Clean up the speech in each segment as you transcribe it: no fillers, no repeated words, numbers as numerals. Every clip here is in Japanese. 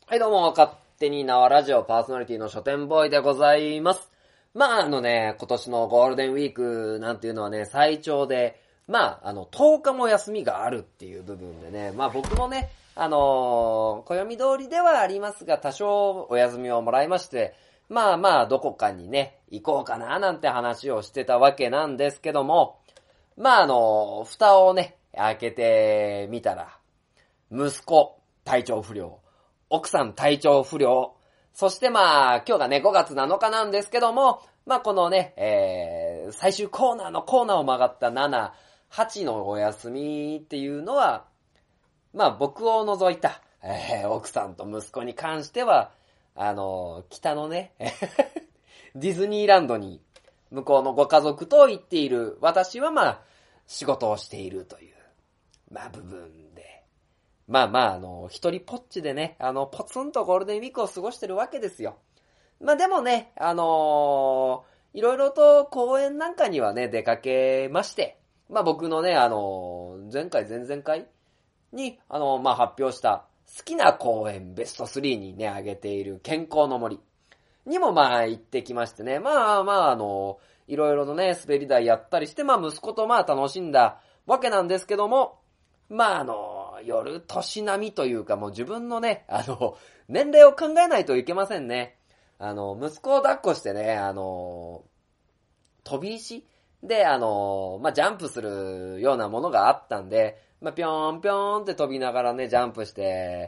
はいどうも、勝手に縄ラジオパーソナリティの書店ボーイでございます。今年のゴールデンウィークなんていうのはね、最長で、10日も休みがあるっていう部分でね、僕もね、暦通りではありますが、多少お休みをもらいまして、どこかにね、行こうかななんて話をしてたわけなんですけども、蓋をね、開けてみたら、息子、体調不良、奥さん体調不良、そして今日がね、5月7日なんですけども、このね、最終コーナーを曲がった7、8のお休みっていうのは、僕を除いた、奥さんと息子に関しては、北のね、ディズニーランドに、向こうのご家族と行っている、私は仕事をしているという、部分で、一人ぽっちでね、ポツンとゴールデンウィークを過ごしてるわけですよ。でもね、いろいろと公園なんかにはね、出かけまして、僕のね、前回、前々回に、発表した好きな公園ベスト3にね、挙げている健康の森にも行ってきましてね、いろいろとね、滑り台やったりして、息子と楽しんだわけなんですけども、夜年並みというかもう自分のね、年齢を考えないといけませんね。息子を抱っこしてね、飛び石で、ジャンプするようなものがあったんで、ぴょんぴょんって飛びながらね、ジャンプして、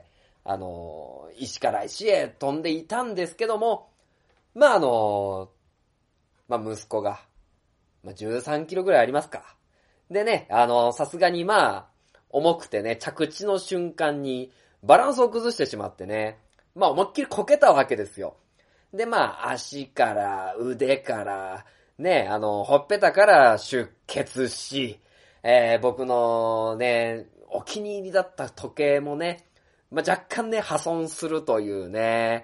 石から石へ飛んでいたんですけども、息子が、13キロぐらいありますか。でね、さすがに重くてね、着地の瞬間にバランスを崩してしまってね、思いっきりこけたわけですよ。で、足から腕から、ね、ほっぺたから出血し、僕のね、お気に入りだった時計もね、若干ね、破損するというね、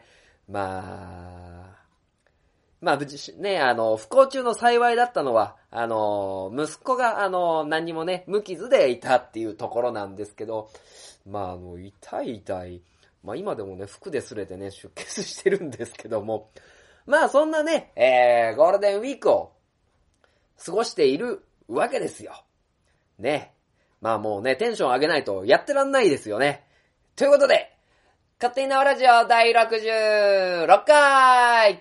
無事ね、不幸中の幸いだったのは、息子が、何にもね、無傷でいたっていうところなんですけど、痛い。今でもね、服で擦れてね、出血してるんですけども、そんなね、ゴールデンウィークを過ごしているわけですよ。ね。もうね、テンション上げないとやってらんないですよね。ということで、勝手に縄ラジオ第66回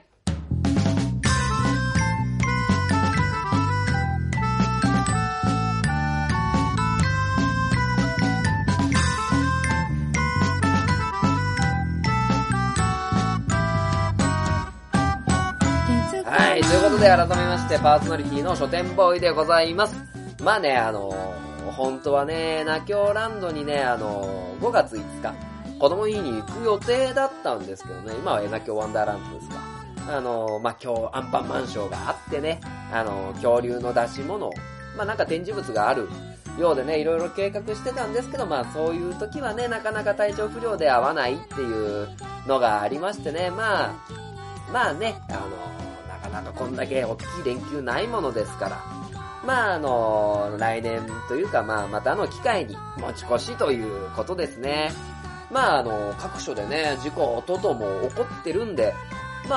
はい、ということで改めましてパーソナリティの書店ボーイでございます。本当はね、ナキョウランドにね、5月5日、子供日に行く予定だったんですけどね、今はナキョウワンダーランドですが、今日アンパンマンショーがあってね、恐竜の出し物、展示物があるようでね、いろいろ計画してたんですけど、そういう時はね、なかなか体調不良で会わないっていうのがありましてね、ね、なかなかこんだけ大きい連休ないものですから、来年というかまたの機会に持ち越しということですね。各所でね、事故等々も起こってるんで、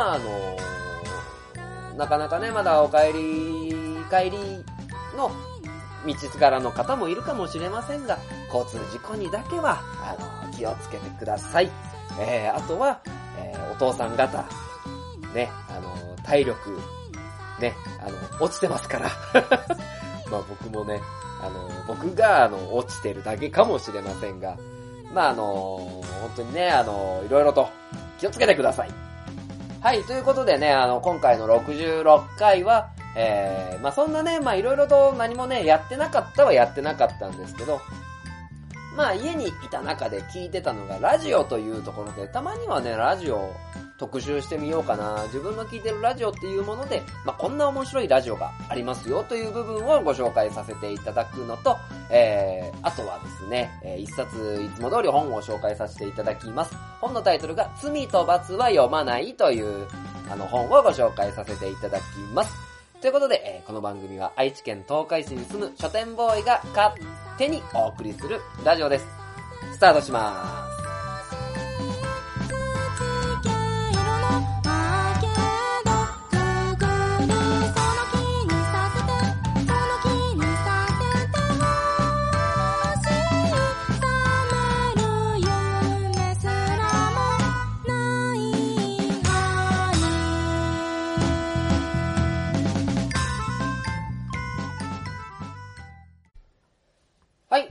なかなかね、まだ帰りの道すがらの方もいるかもしれませんが、交通事故にだけは、気をつけてください。あとは、お父さん方、ね、体力、ね、落ちてますから。僕もね、僕が、落ちてるだけかもしれませんが、本当にね、いろいろと気をつけてください。はい、ということでね、今回の66回は、そんなね、いろいろと何もね、やってなかったんですけど、家にいた中で聞いてたのがラジオというところで、たまにはね、ラジオ特集してみようかな。自分の聞いてるラジオっていうもので、こんな面白いラジオがありますよという部分をご紹介させていただくのと、あとはですね、一冊いつも通り本を紹介させていただきます。本のタイトルが罪と罰は読まないという本をご紹介させていただきます。ということで、この番組は愛知県東海市に住む書店ボーイが勝手にお送りするラジオです。スタートします。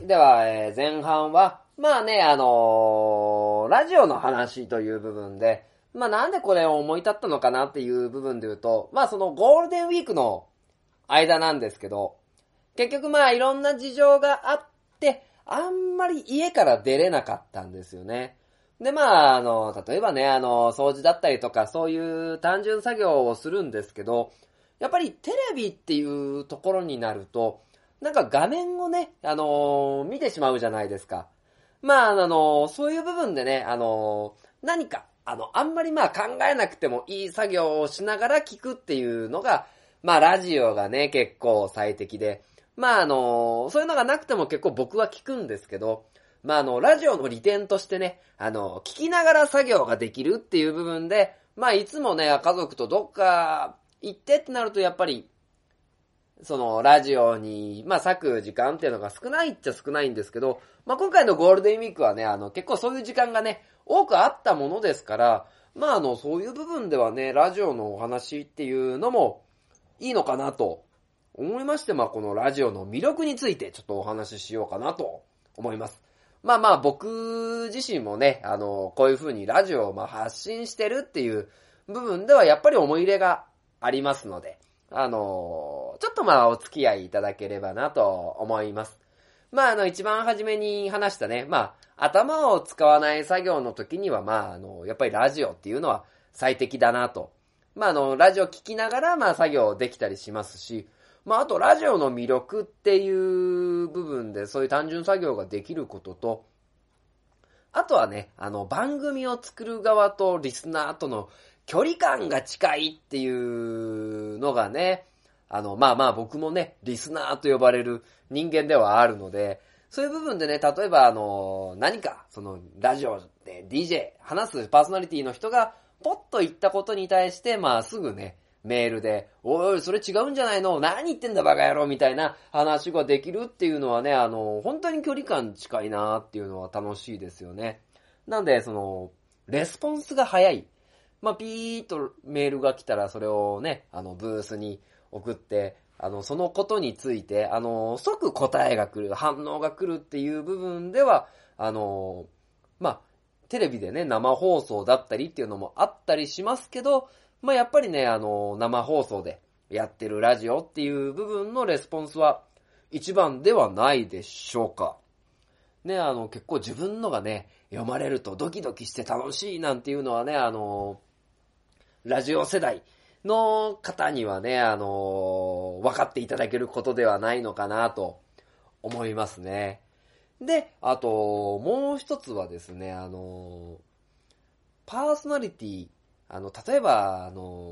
では、前半は、まあね、ラジオの話という部分で、まあなんでこれを思い立ったのかなっていう部分で言うと、まあそのゴールデンウィークの間なんですけど、結局まあいろんな事情があって、あんまり家から出れなかったんですよね。でまあ例えばね、掃除だったりとかそういう単純作業をするんですけど、やっぱりテレビっていうところになると、なんか画面をね、見てしまうじゃないですか。まあそういう部分でね、何か、あんまりまあ考えなくてもいい作業をしながら聞くっていうのが、まあラジオがね、結構最適で、まあそういうのがなくても結構僕は聞くんですけど、まあラジオの利点としてね、聞きながら作業ができるっていう部分で、まあいつもね、家族とどっか行ってってなるとやっぱり、そのラジオに、まあ割く時間っていうのが少ないっちゃ少ないんですけど、まあ今回のゴールデンウィークはね、結構そういう時間がね、多くあったものですから、まあそういう部分ではね、ラジオのお話っていうのもいいのかなと思いまして、まあこのラジオの魅力についてちょっとお話ししようかなと思います。まあまあ僕自身もね、こういう風にラジオをまあ発信してるっていう部分ではやっぱり思い入れがありますので、ちょっとまあお付き合いいただければなと思います。まあ一番初めに話したね、まあ頭を使わない作業の時にはまあやっぱりラジオっていうのは最適だなと。まあラジオ聞きながらまあ作業できたりしますし、まああとラジオの魅力っていう部分でそういう単純作業ができることと、あとはね、番組を作る側とリスナーとの距離感が近いっていうのがね、まあまあ僕もね、リスナーと呼ばれる人間ではあるので、そういう部分でね、例えば何か、その、ラジオで DJ、話すパーソナリティの人が、ポッと言ったことに対して、まあすぐね、メールで、おいおい、それ違うんじゃないの？何言ってんだバカ野郎みたいな話ができるっていうのはね、本当に距離感近いなっていうのは楽しいですよね。なんで、その、レスポンスが早い。まあ、ピーっとメールが来たらそれをね、ブースに送って、そのことについて、即答えが来る、反応が来るっていう部分では、まあ、テレビでね、生放送だったりっていうのもあったりしますけど、まあ、やっぱりね、生放送でやってるラジオっていう部分のレスポンスは一番ではないでしょうか。ね、結構自分のがね、読まれるとドキドキして楽しいなんていうのはね、ラジオ世代の方にはね、分かっていただけることではないのかなと思いますね。で、あと、もう一つはですね、パーソナリティ、例えば、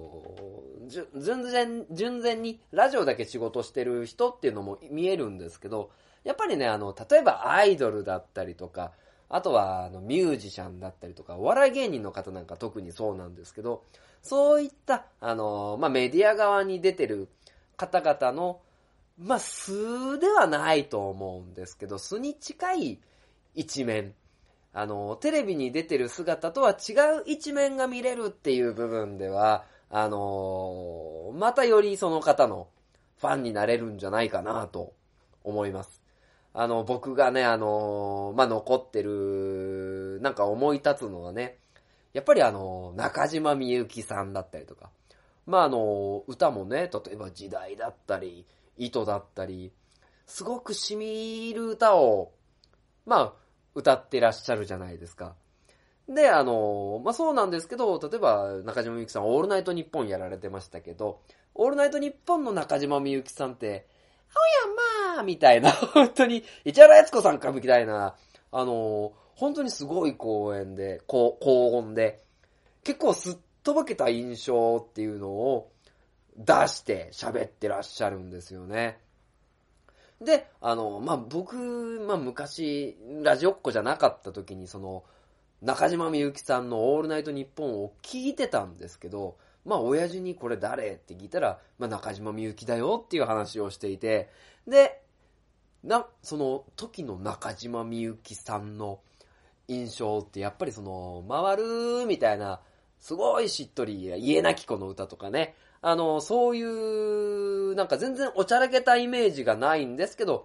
純然にラジオだけ仕事してる人っていうのも見えるんですけど、やっぱりね、例えばアイドルだったりとか、あとは、ミュージシャンだったりとか、お笑い芸人の方なんか特にそうなんですけど、そういった、まあ、メディア側に出てる方々の、まあ、素ではないと思うんですけど、素に近い一面、テレビに出てる姿とは違う一面が見れるっていう部分では、またよりその方のファンになれるんじゃないかなと思います。僕がね、まあ、残ってる、なんか思い立つのはね、やっぱり中島みゆきさんだったりとか、まあ、歌もね、例えば時代だったり、糸だったり、すごく染み入る歌を、まあ、歌ってらっしゃるじゃないですか。で、まあ、そうなんですけど、例えば中島みゆきさん、オールナイトニッポンやられてましたけど、オールナイトニッポンの中島みゆきさんって、おやまあみたいな、本当に、市原悦子さんかみたいな、本当にすごい高音で、結構すっとぼけた印象っていうのを出して喋ってらっしゃるんですよね。で、まあ、僕、まあ、昔、ラジオっ子じゃなかった時に、その、中島みゆきさんのオールナイトニッポンを聞いてたんですけど、まあ、親父にこれ誰って聞いたら、まあ、中島みゆきだよっていう話をしていて、で、その時の中島みゆきさんの印象ってやっぱりその、回るみたいな、すごいしっとり、家なき子の歌とかね、そういう、なんか全然おちゃらけたイメージがないんですけど、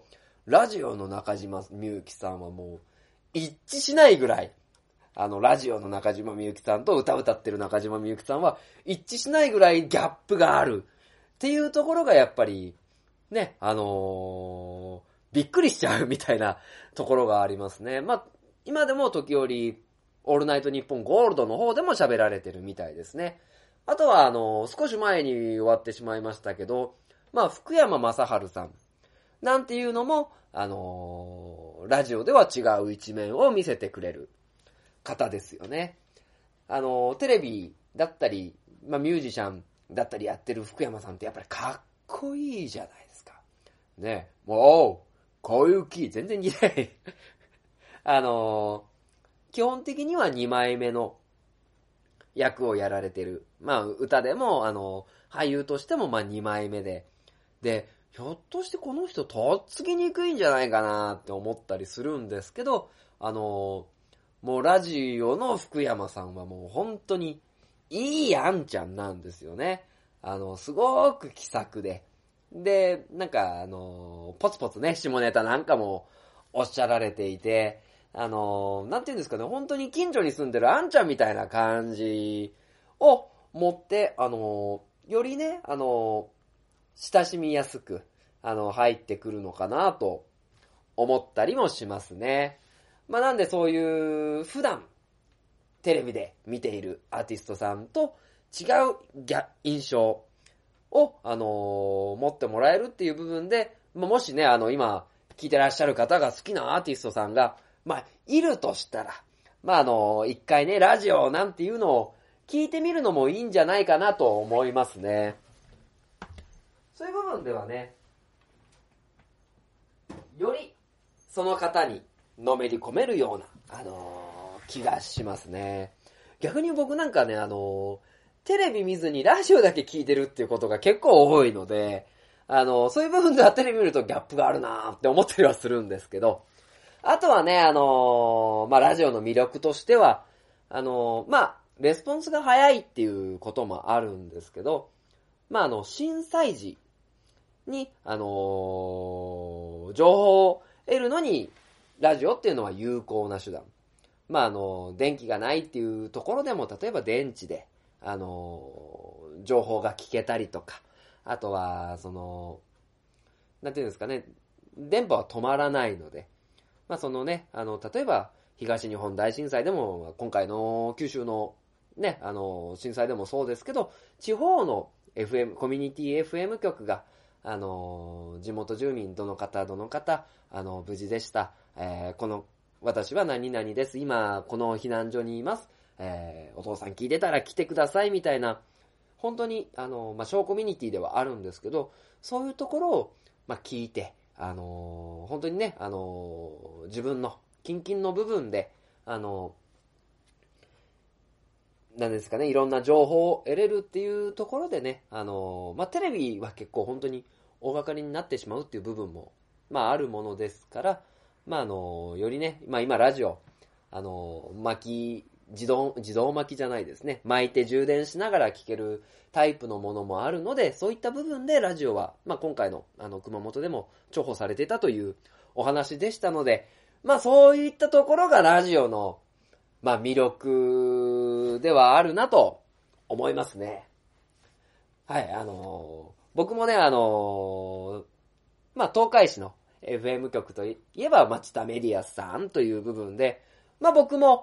ラジオの中島みゆきさんはもう、一致しないぐらい、ラジオの中島みゆきさんと歌ってる中島みゆきさんは、一致しないぐらいギャップがある。っていうところがやっぱり、ね、びっくりしちゃうみたいなところがありますね。まあ、今でも時折、オールナイトニッポンゴールドの方でも喋られてるみたいですね。あとは、少し前に終わってしまいましたけど、まあ、福山雅治さんなんていうのも、ラジオでは違う一面を見せてくれる方ですよね。テレビだったり、まあ、ミュージシャンだったりやってる福山さんってやっぱりかっこいいじゃないですか。ね。もう、小雪、全然似ない。基本的には2枚目の役をやられてる。まあ、歌でも、俳優としてもまあ2枚目で。で、ひょっとしてこの人とっつきにくいんじゃないかなって思ったりするんですけど、もうラジオの福山さんはもう本当にいいあんちゃんなんですよね。すごく気さくで。で、なんかポツポツね、下ネタなんかもおっしゃられていて、なんて言うんですかね、本当に近所に住んでるあんちゃんみたいな感じを持って、よりね、親しみやすく、入ってくるのかなと思ったりもしますね。まあ、なんでそういう普段テレビで見ているアーティストさんと違う印象を、持ってもらえるっていう部分で、まあ、もしね、今聞いてらっしゃる方が好きなアーティストさんが、まあ、いるとしたら、まあ、一回ね、ラジオなんていうのを聞いてみるのもいいんじゃないかなと思いますね。そういう部分ではね、よりその方にのめり込めるような、気がしますね。逆に僕なんかね、テレビ見ずにラジオだけ聞いてるっていうことが結構多いので、そういう部分ではテレビ見るとギャップがあるなーって思ったりはするんですけど、あとはね、まあ、ラジオの魅力としては、まあ、レスポンスが早いっていうこともあるんですけど、まあ、震災時に、情報を得るのに、ラジオっていうのは有効な手段。まあ、電気がないっていうところでも、例えば電池で、情報が聞けたりとか、あとは、なんていうんですかね、電波は止まらないので、まあ、例えば、東日本大震災でも、今回の九州のね、震災でもそうですけど、地方の FM、コミュニティ FM 局が、地元住民、どの方、無事でした。私は何々です。今、この避難所にいます。お父さん聞いてたら来てください、みたいな、本当に、まあ、小コミュニティではあるんですけど、そういうところを、まあ、聞いて、本当にね、自分の、近々の部分で、なんですかね、いろんな情報を得れるっていうところでね、まあ、テレビは結構本当に大掛かりになってしまうっていう部分も、まあ、あるものですから、まあ、よりね、まあ、今ラジオ、自動巻きじゃないですね。巻いて充電しながら聞けるタイプのものもあるので、そういった部分でラジオは、まあ、今回の熊本でも重宝されていたというお話でしたので、まあ、そういったところがラジオの、まあ、魅力ではあるなと思いますね。はい、僕もね、まあ、東海市の FM 局といえば、町田メディアスさんという部分で、まあ、僕も、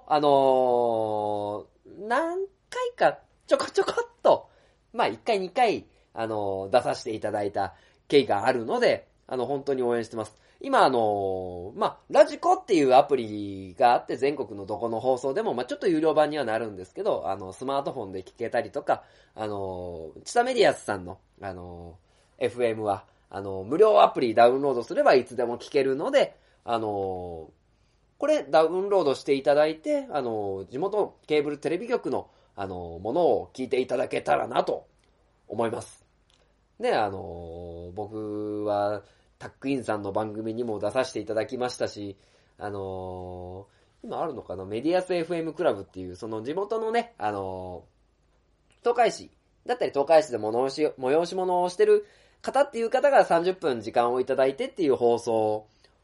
何回か、ちょこちょこっと、まあ、1回2回、出させていただいた経緯があるので、本当に応援してます。今まあ、ラジコっていうアプリがあって全国のどこの放送でも、まあ、ちょっと有料版にはなるんですけど、スマートフォンで聞けたりとか、チタメディアスさんの、FM は、無料アプリダウンロードすればいつでも聞けるので、これダウンロードしていただいて、地元ケーブルテレビ局の、ものを聞いていただけたらなと思います。で、僕は、タックインさんの番組にも出させていただきましたし、今あるのかな、メディアス FM クラブっていう、その地元のね、東海市だったり東海市で催し物をしてる方っていう方が30分時間をいただいてっていう放送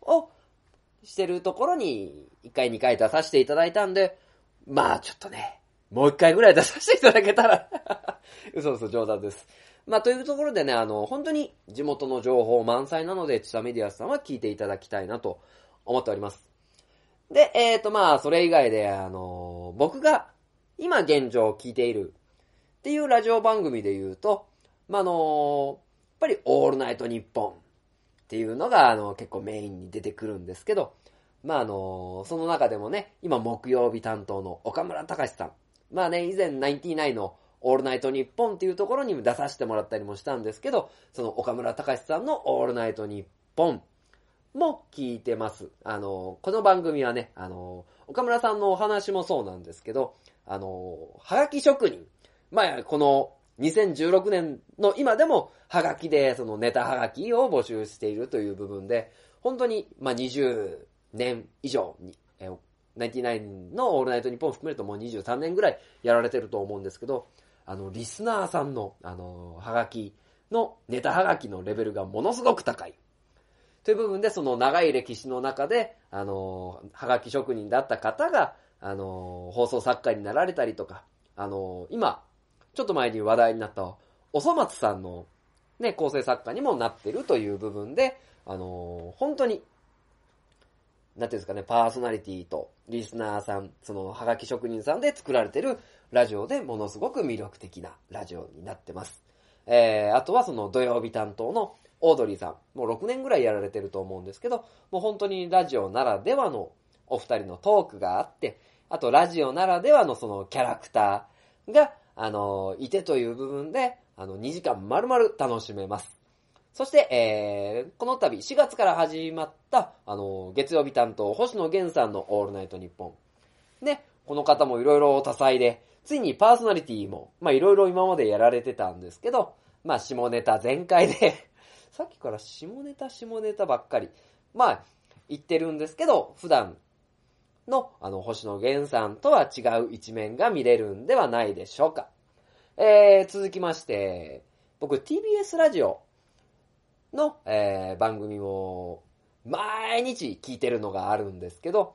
をしてるところに1回2回出させていただいたんで、まあちょっとね、もう1回ぐらい出させていただけたら嘘冗談です。まあというところでね、本当に地元の情報満載なので、チタメディアスさんは聞いていただきたいなと思っております。で、まあそれ以外で、僕が今現状聞いているっていうラジオ番組で言うと、まあやっぱりオールナイトニッポンっていうのが結構メインに出てくるんですけど、まあその中でもね、今木曜日担当の岡村隆史さん。まあね、以前ナインティナインのオールナイトニッポンっていうところに出させてもらったりもしたんですけど、その岡村隆史さんのオールナイトニッポンも聞いてます。この番組はね、岡村さんのお話もそうなんですけど、はがき職人。まあ、この2016年の今でもはがきでそのネタはがきを募集しているという部分で、本当に、まあ、20年以上に、ナインティナインのオールナイトニッポンを含めるともう23年ぐらいやられてると思うんですけど、リスナーさんの、はがきの、ネタはがきのレベルがものすごく高い。という部分で、その長い歴史の中で、はがき職人だった方が、放送作家になられたりとか、今、ちょっと前に話題になったおそ松さんのね、構成作家にもなってるという部分で、本当に、なんていうんですかね、パーソナリティとリスナーさん、そのハガキ職人さんで作られてるラジオでものすごく魅力的なラジオになってます。あとはその土曜日担当のオードリーさん、もう6年ぐらいやられてると思うんですけど、もう本当にラジオならではのお二人のトークがあって、あとラジオならではのそのキャラクターが、いてという部分で、2時間丸々楽しめます。そして、この度4月から始まった、月曜日担当、星野源さんのオールナイトニッポン。ね、この方もいろいろ多彩で、ついにパーソナリティも、まあいろいろ今までやられてたんですけど、まあ下ネタ全開でさっきから下ネタばっかり、まあ言ってるんですけど、普段の、星野源さんとは違う一面が見れるんではないでしょうか。続きまして、僕 TBS ラジオの、番組も毎日聞いてるのがあるんですけど、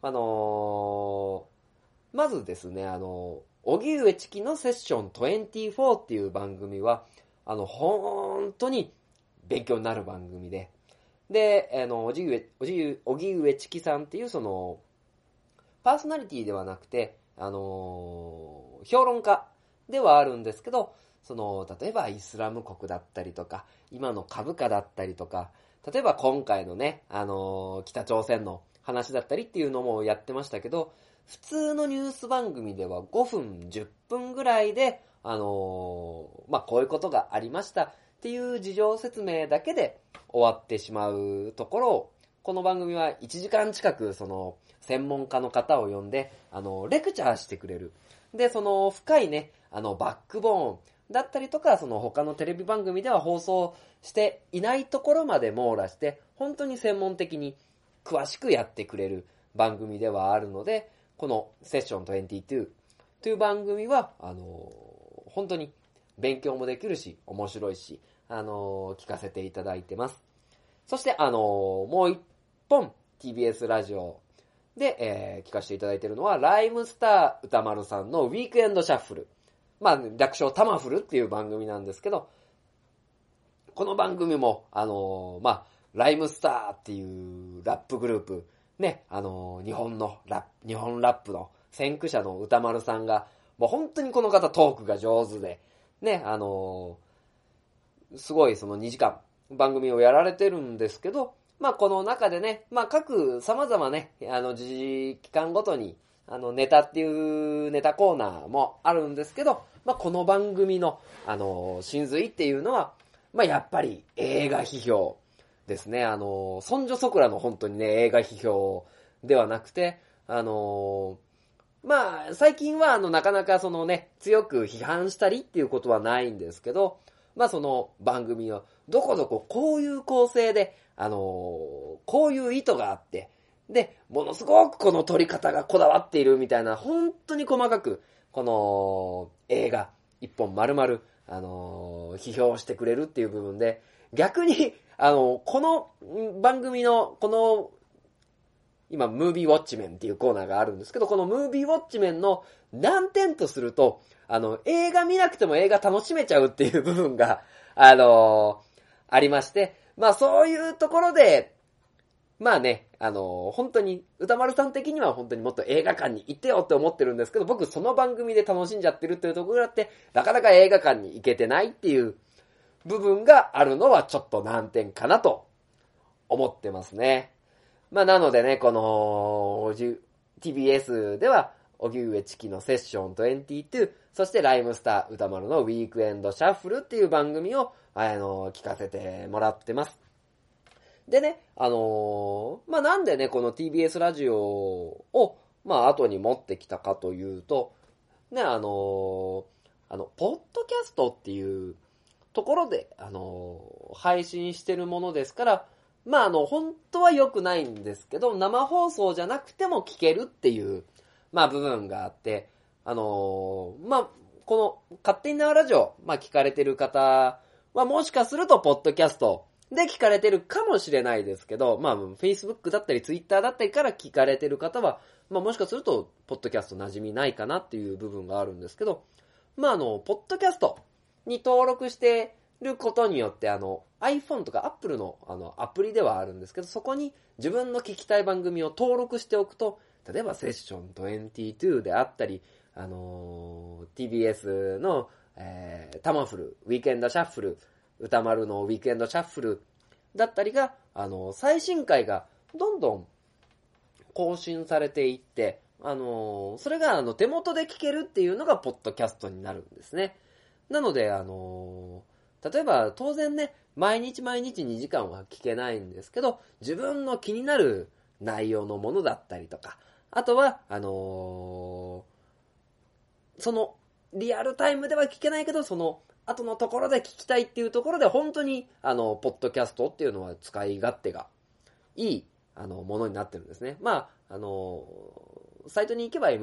まずですね、荻上チキのセッション24っていう番組は、本当に勉強になる番組で、で、荻上チキさんっていうその、パーソナリティではなくて、評論家ではあるんですけど、その、例えばイスラム国だったりとか、今の株価だったりとか、例えば今回のね、北朝鮮の話だったりっていうのもやってましたけど、普通のニュース番組では5分、10分ぐらいで、まあ、こういうことがありましたっていう事情説明だけで終わってしまうところを、この番組は1時間近く、その、専門家の方を呼んで、レクチャーしてくれる。で、その深いね、バックボーンだったりとか、その他のテレビ番組では放送していないところまで網羅して、本当に専門的に詳しくやってくれる番組ではあるので、このセッション22という番組は、本当に勉強もできるし、面白いし、聞かせていただいてます。そして、もう一本 TBS ラジオで、聞かせていただいているのは、ライムスター歌丸さんのウィークエンドシャッフル。まあ、略称タマフルっていう番組なんですけど、この番組も、まあ、ライムスターっていうラップグループ、ね、日本ラップの先駆者の歌丸さんが、もう本当にこの方トークが上手で、ね、すごいその2時間番組をやられてるんですけど、まあこの中でね、まあ各様々ね、時間ごとに、ネタっていうネタコーナーもあるんですけど、まあこの番組の、真髄っていうのは、まあやっぱり映画批評ですね。そんじょそこらの本当にね、映画批評ではなくて、まあ最近はなかなかそのね、強く批判したりっていうことはないんですけど、まあその番組をどこどここういう構成で、こういう意図があって、で、ものすごくこの撮り方がこだわっているみたいな、本当に細かく、この映画一本丸々、批評してくれるっていう部分で、逆に、 この番組の、今、ムービーウォッチメンっていうコーナーがあるんですけど、このムービーウォッチメンの難点とすると、映画見なくても映画楽しめちゃうっていう部分が、ありまして、まあそういうところで、まあね、本当に、歌丸さん的には本当にもっと映画館に行ってよって思ってるんですけど、僕その番組で楽しんじゃってるっていうところがあって、なかなか映画館に行けてないっていう部分があるのはちょっと難点かなと思ってますね。まあなのでね、この、TBS では、荻上チキのセッション22、そしてライムスター歌丸のウィークエンドシャッフルっていう番組を、聞かせてもらってます。でね、まあなんでね、この TBS ラジオを、まあ後に持ってきたかというと、ね、ポッドキャストっていうところで、配信してるものですから、まあ本当は良くないんですけど、生放送じゃなくても聞けるっていう、まあ部分があって、まあ、この勝手に縄ラジオ、まあ聞かれてる方はもしかするとポッドキャストで聞かれてるかもしれないですけど、まあ Facebook だったり Twitter だったりから聞かれてる方は、まあもしかするとポッドキャスト馴染みないかなっていう部分があるんですけど、まあポッドキャストに登録してることによってiPhone とか Apple のアプリではあるんですけど、そこに自分の聞きたい番組を登録しておくと、例えばセッション22であったり、TBS の、タマフル、ウィークエンドシャッフル、歌丸のウィークエンドシャッフルだったりが、最新回がどんどん更新されていって、それが手元で聞けるっていうのがポッドキャストになるんですね。なので、例えば当然ね、毎日2時間は聞けないんですけど、自分の気になる内容のものだったりとか、あとは、その、リアルタイムでは聞けないけど、その、後のところで聞きたいっていうところで、本当に、ポッドキャストっていうのは使い勝手がいい、ものになってるんですね。まあ、サイトに行けば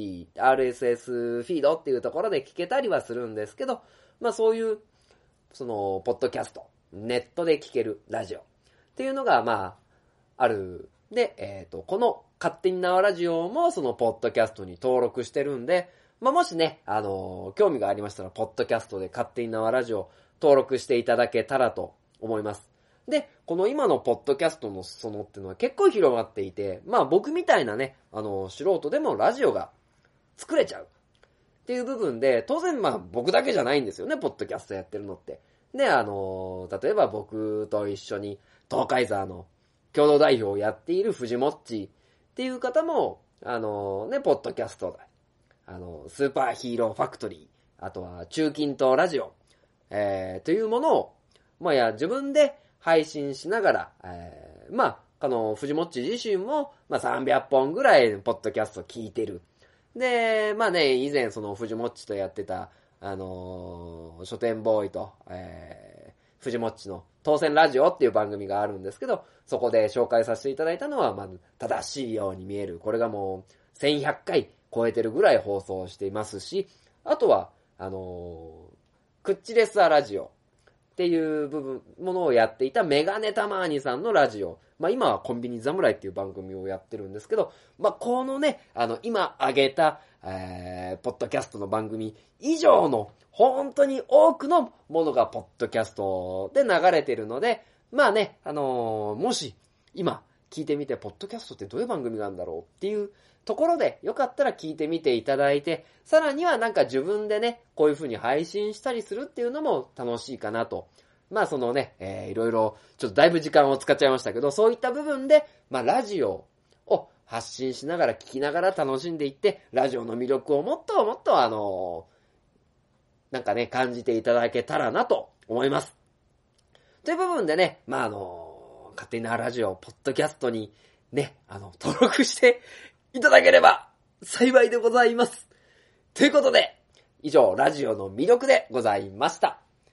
MP3、RSS フィードっていうところで聞けたりはするんですけど、まあそういう、その、ポッドキャスト、ネットで聞けるラジオっていうのが、まあ、ある。で、この勝手に縄ラジオもそのポッドキャストに登録してるんで、まあ、もしね、興味がありましたら、ポッドキャストで勝手に縄ラジオ登録していただけたらと思います。で、この今のポッドキャストの裾野っていうのは結構広がっていて、まあ僕みたいなね、素人でもラジオが作れちゃうっていう部分で、当然まあ僕だけじゃないんですよね、ポッドキャストやってるのって。で、例えば僕と一緒に東海沢の共同代表をやっている藤もっちっていう方も、ポッドキャストだ。スーパーヒーローファクトリー、あとは中近東ラジオ、というものを、まあ自分で配信しながら、藤もっち自身も、300本ぐらいポッドキャスト聞いてる。で、以前その藤もっちとやってた、書店ボーイと、藤もっちの当選ラジオっていう番組があるんですけど、そこで紹介させていただいたのは、正しいように見える。これがもう、1100回超えてるぐらい放送していますし、あとは、クッチレスアラジオっていうものをやっていたメガネたまーにさんのラジオ。今はコンビニ侍っていう番組をやってるんですけど、このね、今挙げた、ポッドキャストの番組以上の本当に多くのものがポッドキャストで流れてるので、もし今聞いてみて、ポッドキャストってどういう番組なんだろうっていうところでよかったら聞いてみていただいて、さらにはなんか自分でね、こういう風に配信したりするっていうのも楽しいかなと。そのね、いろいろ、ちょっとだいぶ時間を使っちゃいましたけど、そういった部分で、ラジオを発信しながら聞きながら楽しんでいって、ラジオの魅力をもっともっとなんかね、感じていただけたらなと思います。という部分でね、勝手なラジオ、ポッドキャストにね、登録していただければ幸いでございます。ということで、以上、ラジオの魅力でございました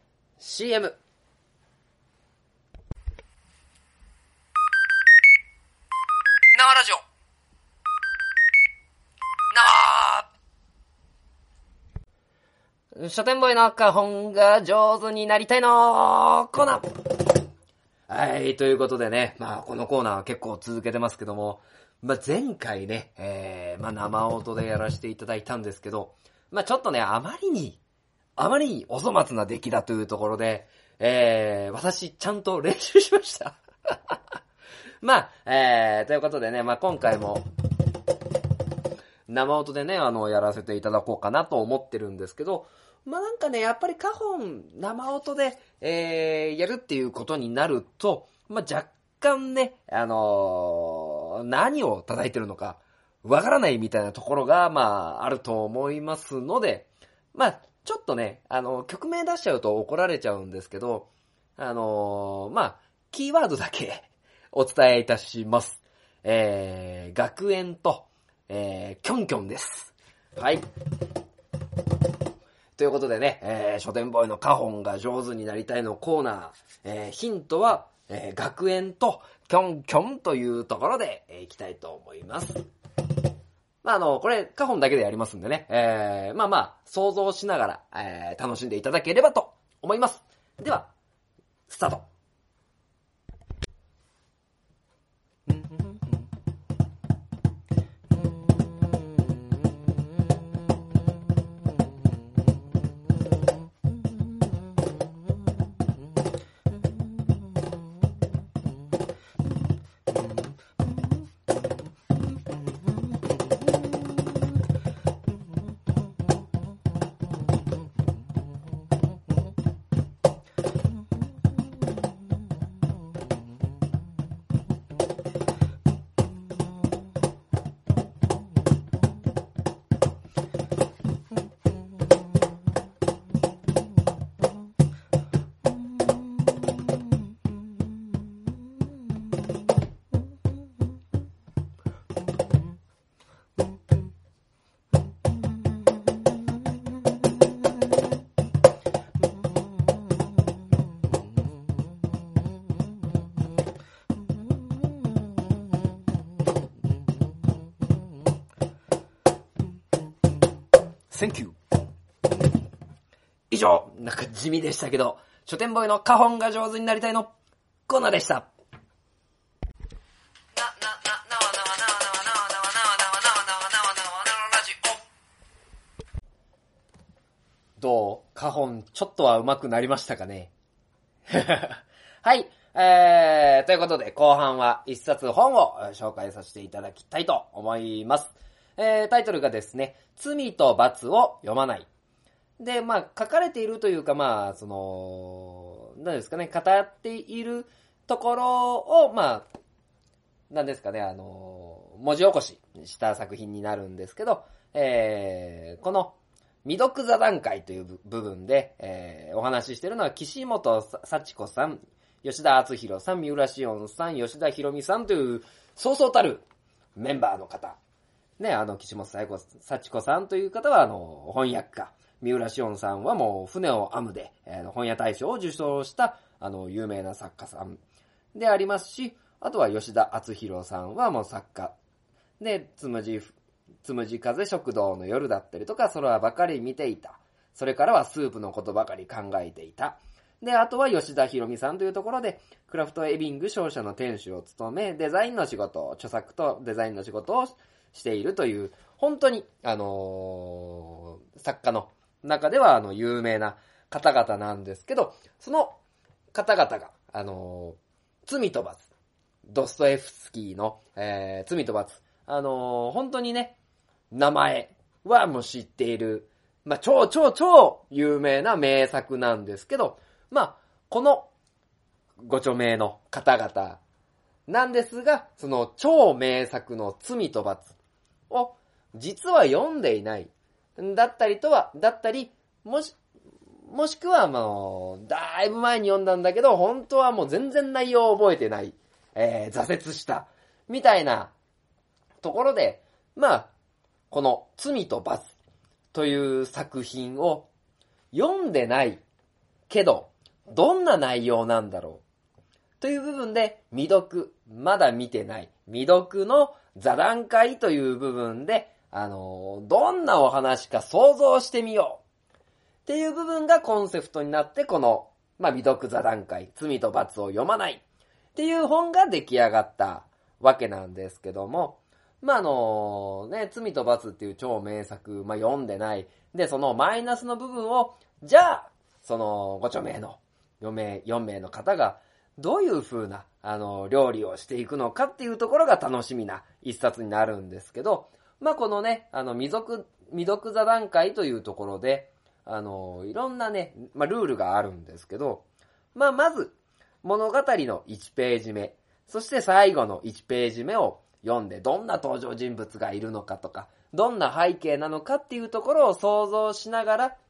。CM。生ラジオ。書店ボーイの花本が上手になりたいのコーナー。 はい、ということでね、まあこのコーナーは結構続けてますけども、まあ前回ね、生音でやらせていただいたんですけど、まあちょっとね、あまりにお粗末な出来だというところで、私ちゃんと練習しました。まあ、ということでね、まあ今回も、生音でね、やらせていただこうかなと思ってるんですけど、まあなんかね、やっぱりカホン生音で、やるっていうことになると、まあ若干ね、何を叩いてるのか、わからないみたいなところが、まあ、あると思いますので、まあ、ちょっとね、曲名出しちゃうと怒られちゃうんですけど、まあ、キーワードだけお伝えいたします。学園と、キョンキョンです。はい。ということでね、書店ボーイのカホンが上手になりたいのコーナー、ヒントは、学園とキョンキョンというところで、いきたいと思います。まあ、これ、カホンだけでやりますんでね、まあまあ、想像しながら、楽しんでいただければと思います。では、スタート。センキュー。以上、なんか地味でしたけど、書店ボーイのカホンが上手になりたいのコーナーでした。どう？カホンちょっとは上手くなりましたかね。はい。ということで、後半は一冊本を紹介させていただきたいと思います。タイトルがですね、罪と罰を読まない。で、まあ、書かれているというか、まあ、何ですかね、語っているところを、まあ、何ですかね、文字起こしした作品になるんですけど、この、未読座談会という部分で、お話ししているのは、岸本幸子さん、吉田敦弘さん、三浦紫音さん、吉田博美さんという、そうそうたるメンバーの方。ね、岸本幸子さんという方は、翻訳家。三浦紫音さんはもう、船を編むで、本屋大賞を受賞した、有名な作家さんでありますし、あとは吉田敦弘さんはもう作家。で、つむじ風食堂の夜だったりとか、空ばかり見ていた。それからはスープのことばかり考えていた。で、あとは吉田博美さんというところで、クラフトエビング商社の店主を務め、デザインの仕事、著作とデザインの仕事をしているという、本当に、作家の中では、有名な方々なんですけど、その方々が、罪と罰、ドストエフスキーの、罪と罰、本当にね、名前はもう知っている、まあ、超有名な名作なんですけど、まあ、このご著名の方々なんですが、その超名作の罪と罰を実は読んでいない。だったり、もしくはもう、だいぶ前に読んだんだけど、本当はもう全然内容を覚えてない。挫折した。みたいなところで、まあ、この罪と罰という作品を読んでないけど、どんな内容なんだろうという部分で、まだ見てない、未読の座談会という部分で、どんなお話か想像してみようっていう部分がコンセプトになって、この、まあ、未読座談会、罪と罰を読まないっていう本が出来上がったわけなんですけども、まあね、罪と罰っていう超名作、まあ読んでない。で、そのマイナスの部分を、じゃあ、そのご著名の4名の方が、どういう風な、料理をしていくのかっていうところが楽しみな一冊になるんですけど、まあこのね、未読座談会というところで、いろんなね、まあルールがあるんですけど、まあまず、物語の1ページ目、そして最後の1ページ目を読んで、どんな登場人物がいるのかとか、どんな背景なのかっていうところを想像しながら、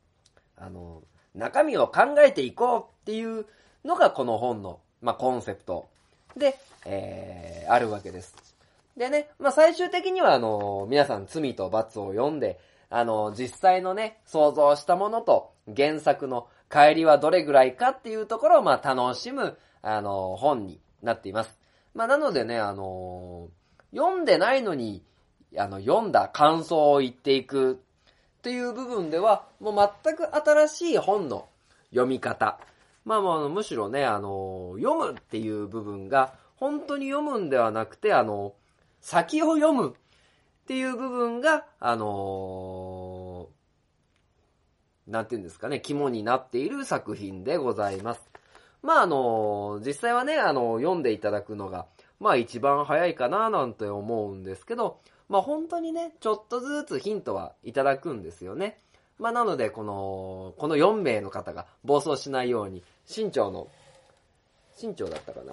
中身を考えていこうっていうのがこの本の、まあ、コンセプトで、あるわけです。でね、まあ、最終的には皆さん罪と罰を読んで、実際のね、想像したものと原作の乖離はどれぐらいかっていうところを、まあ、楽しむ、本になっています。まあ、なのでね、読んでないのに、読んだ感想を言っていくっていう部分では、もう全く新しい本の読み方。まあむしろね、読むっていう部分が、本当に読むんではなくて、先を読むっていう部分が、なんていうんですかね、肝になっている作品でございます。まあ実際はね、読んでいただくのが、まあ一番早いかななんて思うんですけど、まあ本当にね、ちょっとずつヒントはいただくんですよね。まあなので、この4名の方が暴走しないように、新潮だったかな。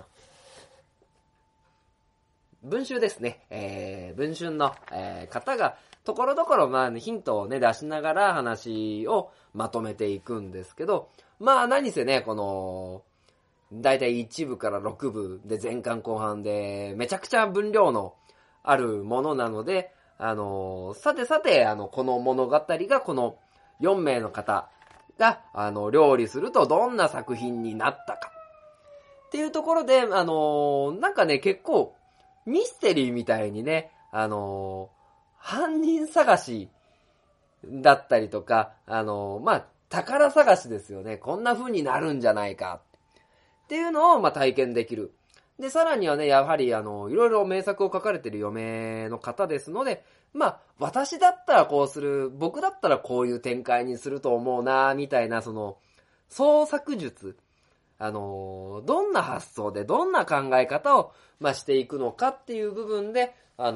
文集ですね。文春の、方が、ところどころ、まあ、ヒントをね、出しながら話をまとめていくんですけど、まあ何せね、だいたい1部から6部で前巻後半で、めちゃくちゃ分量のあるものなので、さて、この物語がこの4名の方が、料理するとどんな作品になったか。っていうところで、なんかね、結構、ミステリーみたいにね、犯人探しだったりとか、まあ、宝探しですよね。こんな風になるんじゃないか。っていうのを、まあ、体験できる。で、さらにはね、やはり、いろいろ名作を書かれている嫁の方ですので、まあ、私だったらこうする、僕だったらこういう展開にすると思うな、みたいな、創作術。どんな発想で、どんな考え方を、まあ、していくのかっていう部分で、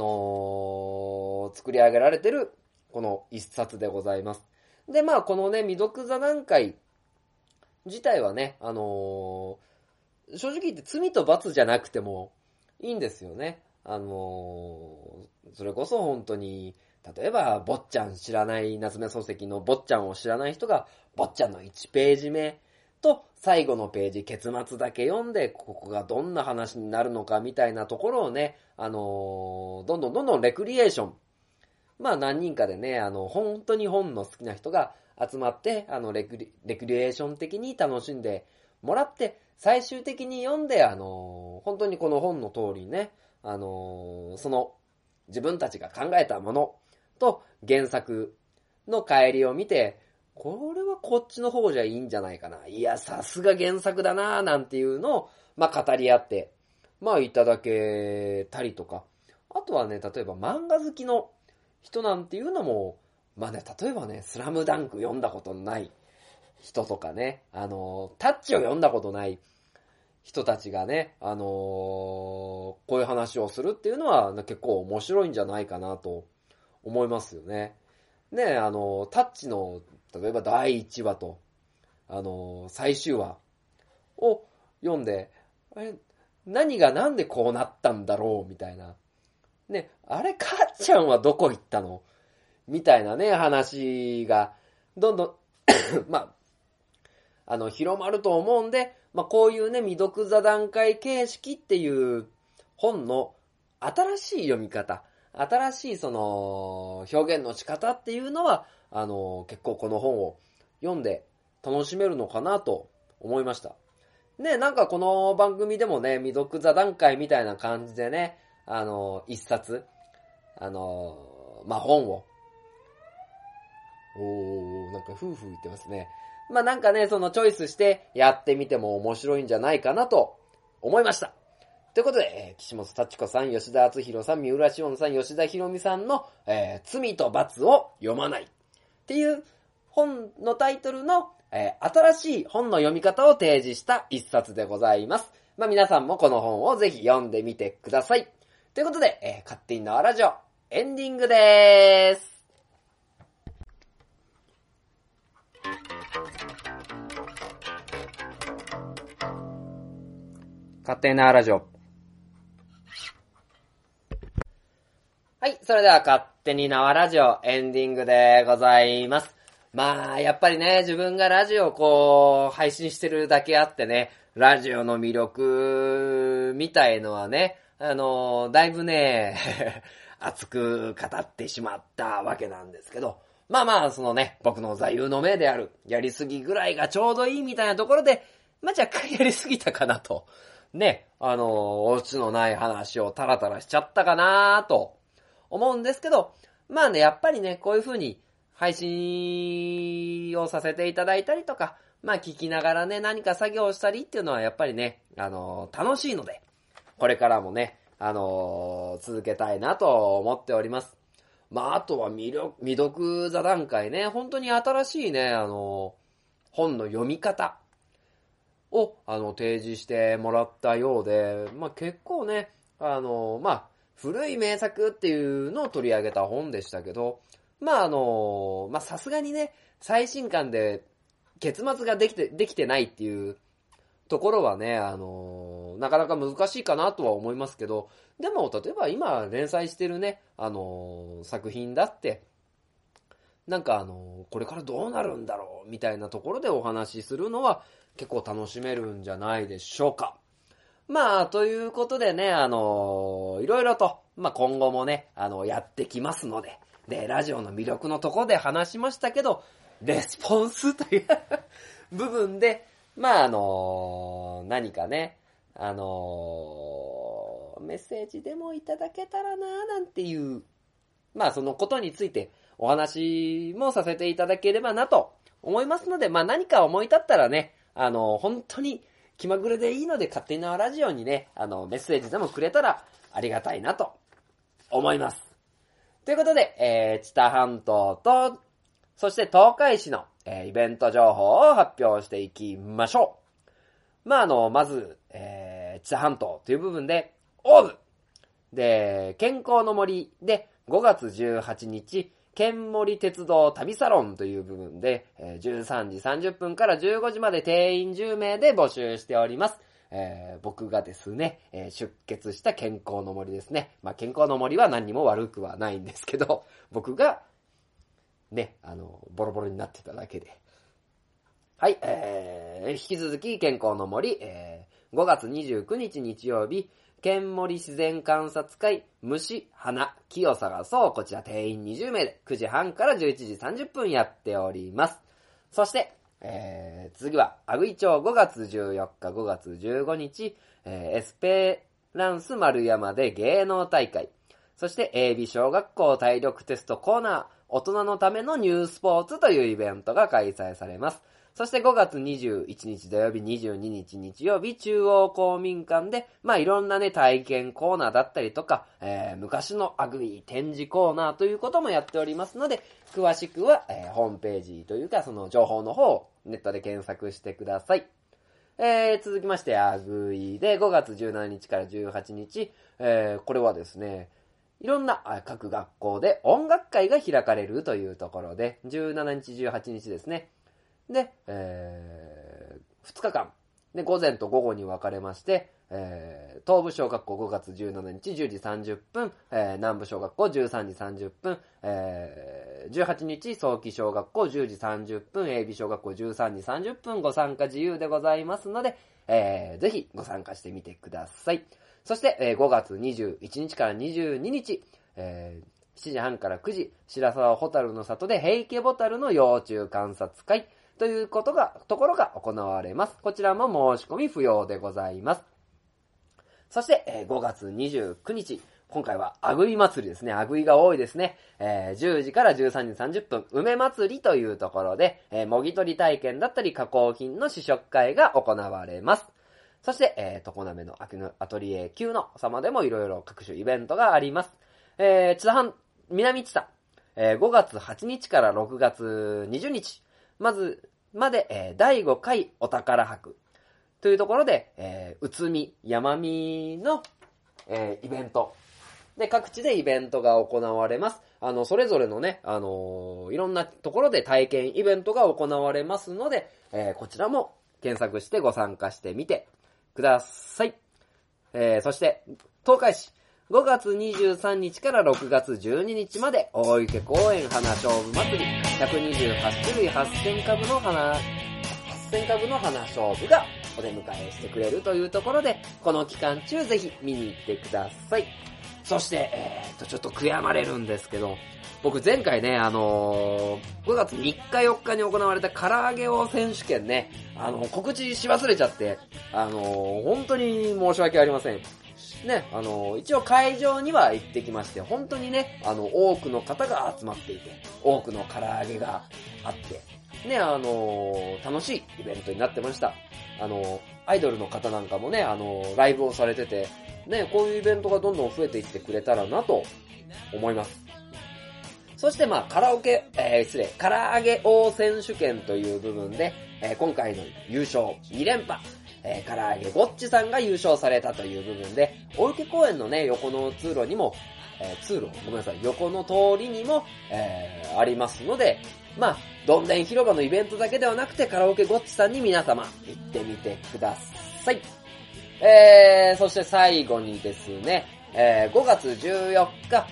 作り上げられてる、この一冊でございます。で、まあ、このね、未読座談会自体はね、正直言って罪と罰じゃなくてもいいんですよね。それこそ本当に、例えば、坊ちゃん知らない、夏目漱石の坊ちゃんを知らない人が、坊ちゃんの1ページ目と最後のページ、結末だけ読んで、ここがどんな話になるのかみたいなところをね、どんどんレクリエーション。まあ何人かでね、本当に本の好きな人が集まって、レクリエーション的に楽しんでもらって、最終的に読んで、本当にこの本の通りにね、その自分たちが考えたものと原作の帰りを見て、これはこっちの方じゃいいんじゃないかな。いや、さすが原作だななんていうのを、まあ語り合って、まあいただけたりとか。あとはね、例えば漫画好きの人なんていうのも、まあね、例えばね、スラムダンク読んだことない人とかね、タッチを読んだことない人たちがね、こういう話をするっていうのは結構面白いんじゃないかなと思いますよね。ね、タッチの、例えば第1話と、最終話を読んで、何がなんでこうなったんだろうみたいな。ね、あれ、母ちゃんはどこ行ったのみたいなね、話が、どんどんまあ、広まると思うんで、まあ、こういうね、未読座談会形式っていう本の新しい読み方、新しい表現の仕方っていうのは、結構この本を読んで楽しめるのかなと思いました。ね、なんかこの番組でもね、未読座談会みたいな感じでね、一冊、まあ、本を、なんか夫婦言ってますね。まあ、なんかね、チョイスしてやってみても面白いんじゃないかなと思いました。ということで、岸本幸子さん、吉田敦弘さん、三浦紫音さん、吉田博美さんの、罪と罰を読まないっていう本のタイトルの、新しい本の読み方を提示した一冊でございます。まあ皆さんもこの本をぜひ読んでみてください。ということで、勝手に縄ラジオエンディングでーす。勝手に縄ラジオ。はい、それでは勝手に縄ラジオエンディングでございます。まあ、やっぱりね、自分がラジオをこう、配信してるだけあってね、ラジオの魅力みたいのはね、だいぶね、熱く語ってしまったわけなんですけど、まあまあ、そのね、僕の座右の銘である、やりすぎぐらいがちょうどいいみたいなところで、まあ若干やりすぎたかなと。ね、オチのない話をタラタラしちゃったかなと思うんですけど、まあね、やっぱりね、こういう風に配信をさせていただいたりとか、まあ聞きながらね、何か作業したりっていうのはやっぱりね、楽しいので、これからもね、続けたいなと思っております。まあ、あとは未読座談会ね、本当に新しいね、本の読み方を、提示してもらったようで、まあ結構ね、まあ、古い名作っていうのを取り上げた本でしたけど、まあまあさすがにね、最新刊で結末ができてないっていうところはね、なかなか難しいかなとは思いますけど、でも例えば今連載してるね、作品だって、なんかこれからどうなるんだろうみたいなところでお話しするのは結構楽しめるんじゃないでしょうか。まあ、ということでね、いろいろと、まあ今後もね、やってきますので、で、ラジオの魅力のところで話しましたけど、レスポンスという部分で、まあ何かね、メッセージでもいただけたらななんていう、まあそのことについてお話もさせていただければなと思いますので、まあ何か思い立ったらね、本当に気まぐれでいいので勝手に縄ラジオにね、メッセージでもくれたらありがたいなと思います。ということで、知多半島と、そして東海市の、イベント情報を発表していきましょう。まあまず、知多半島という部分で、オーブで、健康の森で5月18日、県森鉄道旅サロンという部分で、13時30分から15時まで定員10名で募集しております。僕がですね、出血した健康の森ですね。まあ、健康の森は何にも悪くはないんですけど、僕が、ね、ボロボロになってただけで。はい、引き続き健康の森、5月29日日曜日、県森自然観察会、虫、花、木を探そう。こちら定員20名で9時半から11時30分やっております。そして、次は、阿久井町5月14日、5月15日、エスペランス丸山で芸能大会。そして、AB 小学校体力テストコーナー、大人のためのニュースポーツというイベントが開催されます。そして5月21日土曜日、22日日曜日、中央公民館で、まあいろんなね、体験コーナーだったりとか、昔のアグイ展示コーナーということもやっておりますので、詳しくは、ホームページというか、その情報の方をネットで検索してください。続きまして、アグイで5月17日から18日、これはですね、いろんな各学校で音楽会が開かれるというところで、17日、18日ですね。で、2日間、で、午前と午後に分かれまして、東部小学校5月17日10時30分、南部小学校13時30分、18日早期小学校10時30分、AB 小学校13時30分ご参加自由でございますので、ぜひご参加してみてください。そして、5月21日から22日、7時半から9時、白沢ホタルの里で平家ボタルの幼虫観察会というところが行われます。こちらも申し込み不要でございます。そして、5月29日、今回はアグイ祭りですね。アグイが多いですね。10時から13時30分、梅祭りというところで、もぎ取り体験だったり加工品の試食会が行われます。 そして、常滑の秋のアトリエ Q の様でもいろいろ各種イベントがあります。津田藩、南津田、5月8日から6月20日、まで、第5回お宝博というところで、うつみ、山見の、イベント。で、各地でイベントが行われます。それぞれのね、いろんなところで体験イベントが行われますので、こちらも検索してご参加してみてください。そして、東海市、5月23日から6月12日まで、大池公園花勝負祭り、128種類8000株の花勝負がお出迎えしてくれるというところで、この期間中ぜひ見に行ってください。そして、ちょっと悔やまれるんですけど、僕前回ね、5月3日4日に行われた唐揚げ王選手権ね、告知し忘れちゃって、本当に申し訳ありません。ね、一応会場には行ってきまして、本当にね、多くの方が集まっていて、多くの唐揚げがあって、ね、楽しいイベントになってました。アイドルの方なんかもね、ライブをされてて、ね、こういうイベントがどんどん増えていってくれたらなと思います。そしてまあ、唐揚げ王選手権という部分で、今回の優勝2連覇、唐揚げごっちさんが優勝されたという部分で、大池公園のね、横の通路にも、横の通りにも、ありますので、まあ、どんでん広場のイベントだけではなくて、カラオケごっちさんに皆様、行ってみてください。そして最後にですね、5月14日、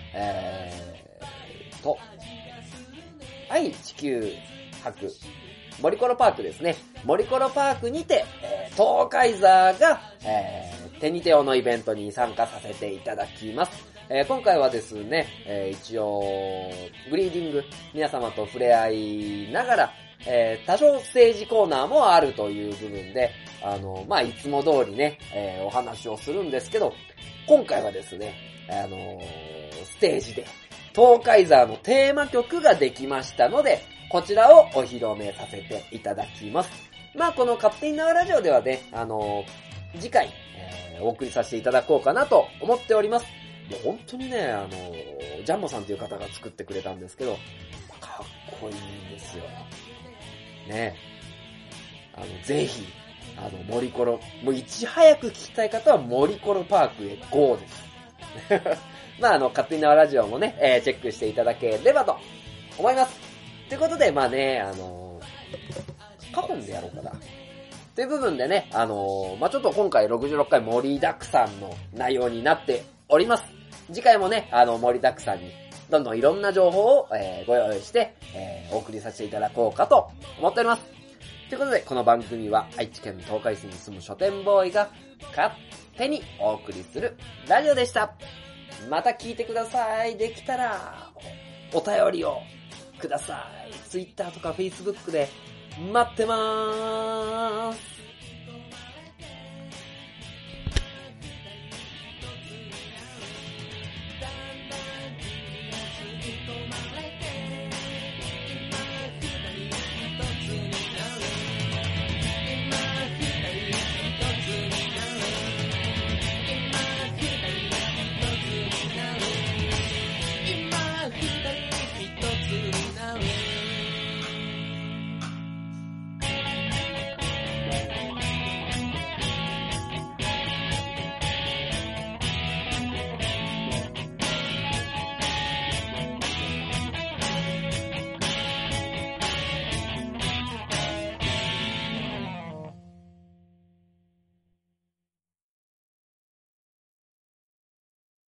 愛・地球博、森コロパークですね。森コロパークにて、東海座が、手に手をのイベントに参加させていただきます。今回はですね、一応、グリーディング、皆様と触れ合いながら、多少ステージコーナーもあるという部分で、まあ、いつも通りね、お話をするんですけど、今回はですね、ステージで、東海座のテーマ曲ができましたので、こちらをお披露目させていただきます。まあ、この勝手に縄ラジオではね、次回、お送りさせていただこうかなと思っております。もう本当にね、ジャンボさんという方が作ってくれたんですけど、かっこいいんですよ。ね。ぜひ、森コロ、もういち早く聞きたい方は森コロパークへ GO です。まあ、勝手に縄ラジオもね、チェックしていただければと思います。ということで、まあね、カホンでやろうかな。という部分でね、まあちょっと今回66回盛りだくさんの内容になっております。次回もね、盛りだくさんに、どんどんいろんな情報を、ご用意して、お送りさせていただこうかと思っております。ということで、この番組は愛知県東海市に住む書店ボーイが勝手にお送りするラジオでした。また聞いてください。できたら、お便りをください。Twitter とか Facebook で待ってまーす。